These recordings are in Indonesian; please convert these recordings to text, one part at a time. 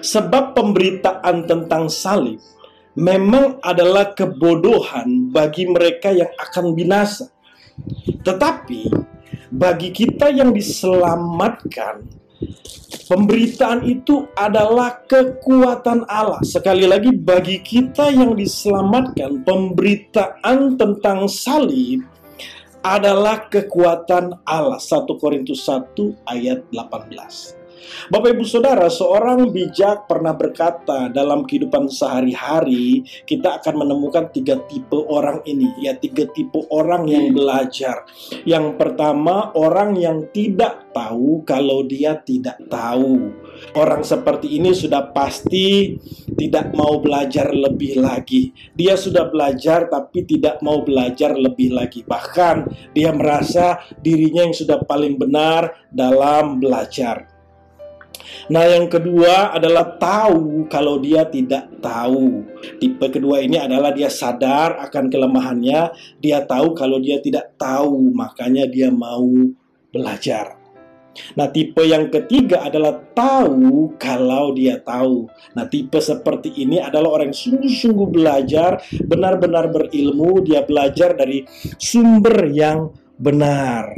Sebab pemberitaan tentang salib memang adalah kebodohan bagi mereka yang akan binasa. Tetapi bagi kita yang diselamatkan, pemberitaan itu adalah kekuatan Allah. Sekali lagi, bagi kita yang diselamatkan, pemberitaan tentang salib adalah kekuatan Allah. 1 Korintus 1 ayat 18. Bapak Ibu Saudara, seorang bijak pernah berkata, dalam kehidupan sehari-hari kita akan menemukan 3 tipe orang ini, ya 3 tipe orang yang belajar. Yang pertama, orang yang tidak tahu kalau dia tidak tahu. Orang seperti ini sudah pasti tidak mau belajar lebih lagi. Dia sudah belajar tapi tidak mau belajar lebih lagi. Bahkan dia merasa dirinya yang sudah paling benar dalam belajar. Nah, yang kedua adalah tahu kalau dia tidak tahu. Tipe kedua ini adalah dia sadar akan kelemahannya, dia tahu kalau dia tidak tahu, makanya dia mau belajar. Nah, tipe yang ketiga adalah tahu kalau dia tahu. Nah, tipe seperti ini adalah orang yang sungguh-sungguh belajar, benar-benar berilmu, dia belajar dari sumber yang benar.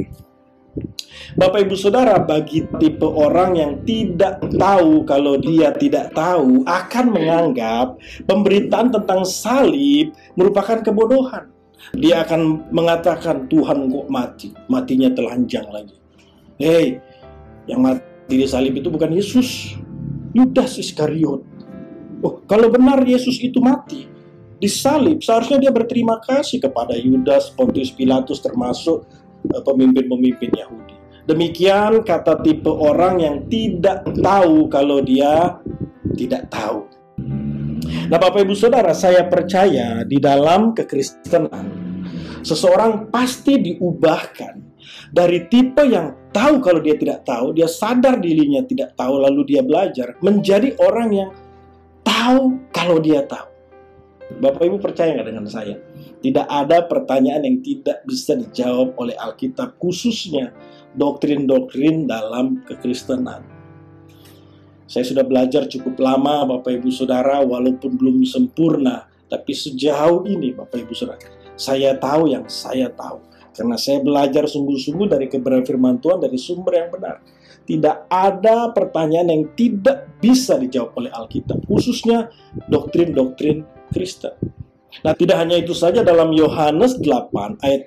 Bapak Ibu Saudara, bagi tipe orang yang tidak tahu kalau dia tidak tahu, akan menganggap pemberitaan tentang salib merupakan kebodohan. Dia akan mengatakan, Tuhan kok mati, matinya telanjang lagi. Hei, yang mati di salib itu bukan Yesus, Yudas Iskariot. Oh, kalau benar Yesus itu mati di salib, seharusnya dia berterima kasih kepada Yudas, Pontius Pilatus, termasuk pemimpin-pemimpin Yahudi. Demikian kata tipe orang yang tidak tahu kalau dia tidak tahu. Nah, Bapak Ibu Saudara, saya percaya di dalam kekristenan seseorang pasti diubahkan dari tipe yang tahu kalau dia tidak tahu, dia sadar dirinya tidak tahu lalu dia belajar, menjadi orang yang tahu kalau dia tahu. Bapak Ibu percaya nggak dengan saya? Tidak ada pertanyaan yang tidak bisa dijawab oleh Alkitab, khususnya doktrin-doktrin dalam kekristenan. Saya sudah belajar cukup lama, Bapak Ibu Saudara, walaupun belum sempurna, tapi sejauh ini, Bapak Ibu Saudara, saya tahu yang saya tahu. Karena saya belajar sungguh-sungguh dari kebenaran firman Tuhan, dari sumber yang benar. Tidak ada pertanyaan yang tidak bisa dijawab oleh Alkitab, khususnya doktrin-doktrin Kristen. Nah, tidak hanya itu saja, dalam Yohanes 8 ayat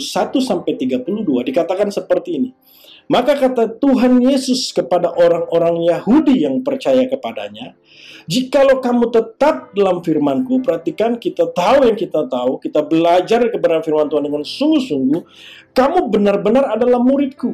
31-32 dikatakan seperti ini. Maka kata Tuhan Yesus kepada orang-orang Yahudi yang percaya kepadanya, jikalau kamu tetap dalam firman-Ku, perhatikan, kita tahu yang kita tahu, kita belajar kebenaran firman Tuhan dengan sungguh-sungguh, kamu benar-benar adalah murid-Ku.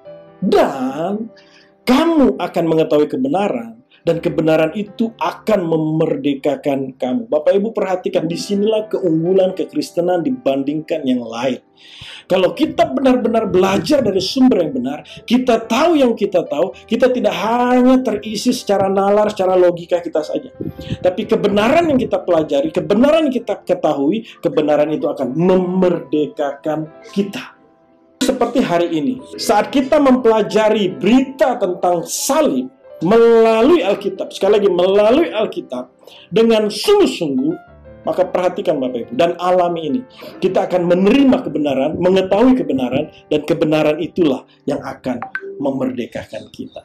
Dan kamu akan mengetahui kebenaran, dan kebenaran itu akan memerdekakan kamu. Bapak Ibu perhatikan, disinilah keunggulan kekristenan dibandingkan yang lain. Kalau kita benar-benar belajar dari sumber yang benar, kita tahu yang kita tahu, kita tidak hanya terisi secara nalar, secara logika kita saja. Tapi kebenaran yang kita pelajari, kebenaran yang kita ketahui, kebenaran itu akan memerdekakan kita. Seperti hari ini, saat kita mempelajari berita tentang salib, melalui Alkitab, sekali lagi melalui Alkitab dengan sungguh-sungguh, maka perhatikan Bapak Ibu, dan alami ini, kita akan menerima kebenaran, mengetahui kebenaran, dan kebenaran itulah yang akan memerdekakan kita.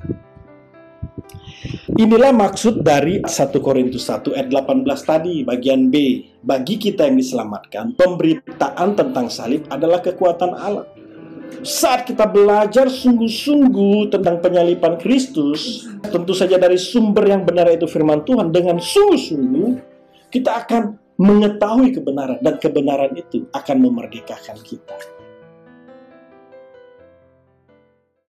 Inilah maksud dari 1 Korintus 1 ayat 18 tadi, bagian B. Bagi kita yang diselamatkan, pemberitaan tentang salib adalah kekuatan Allah. Saat kita belajar sungguh-sungguh tentang penyaliban Kristus, tentu saja dari sumber yang benar itu firman Tuhan, dengan sungguh-sungguh kita akan mengetahui kebenaran, dan kebenaran itu akan memerdekakan kita.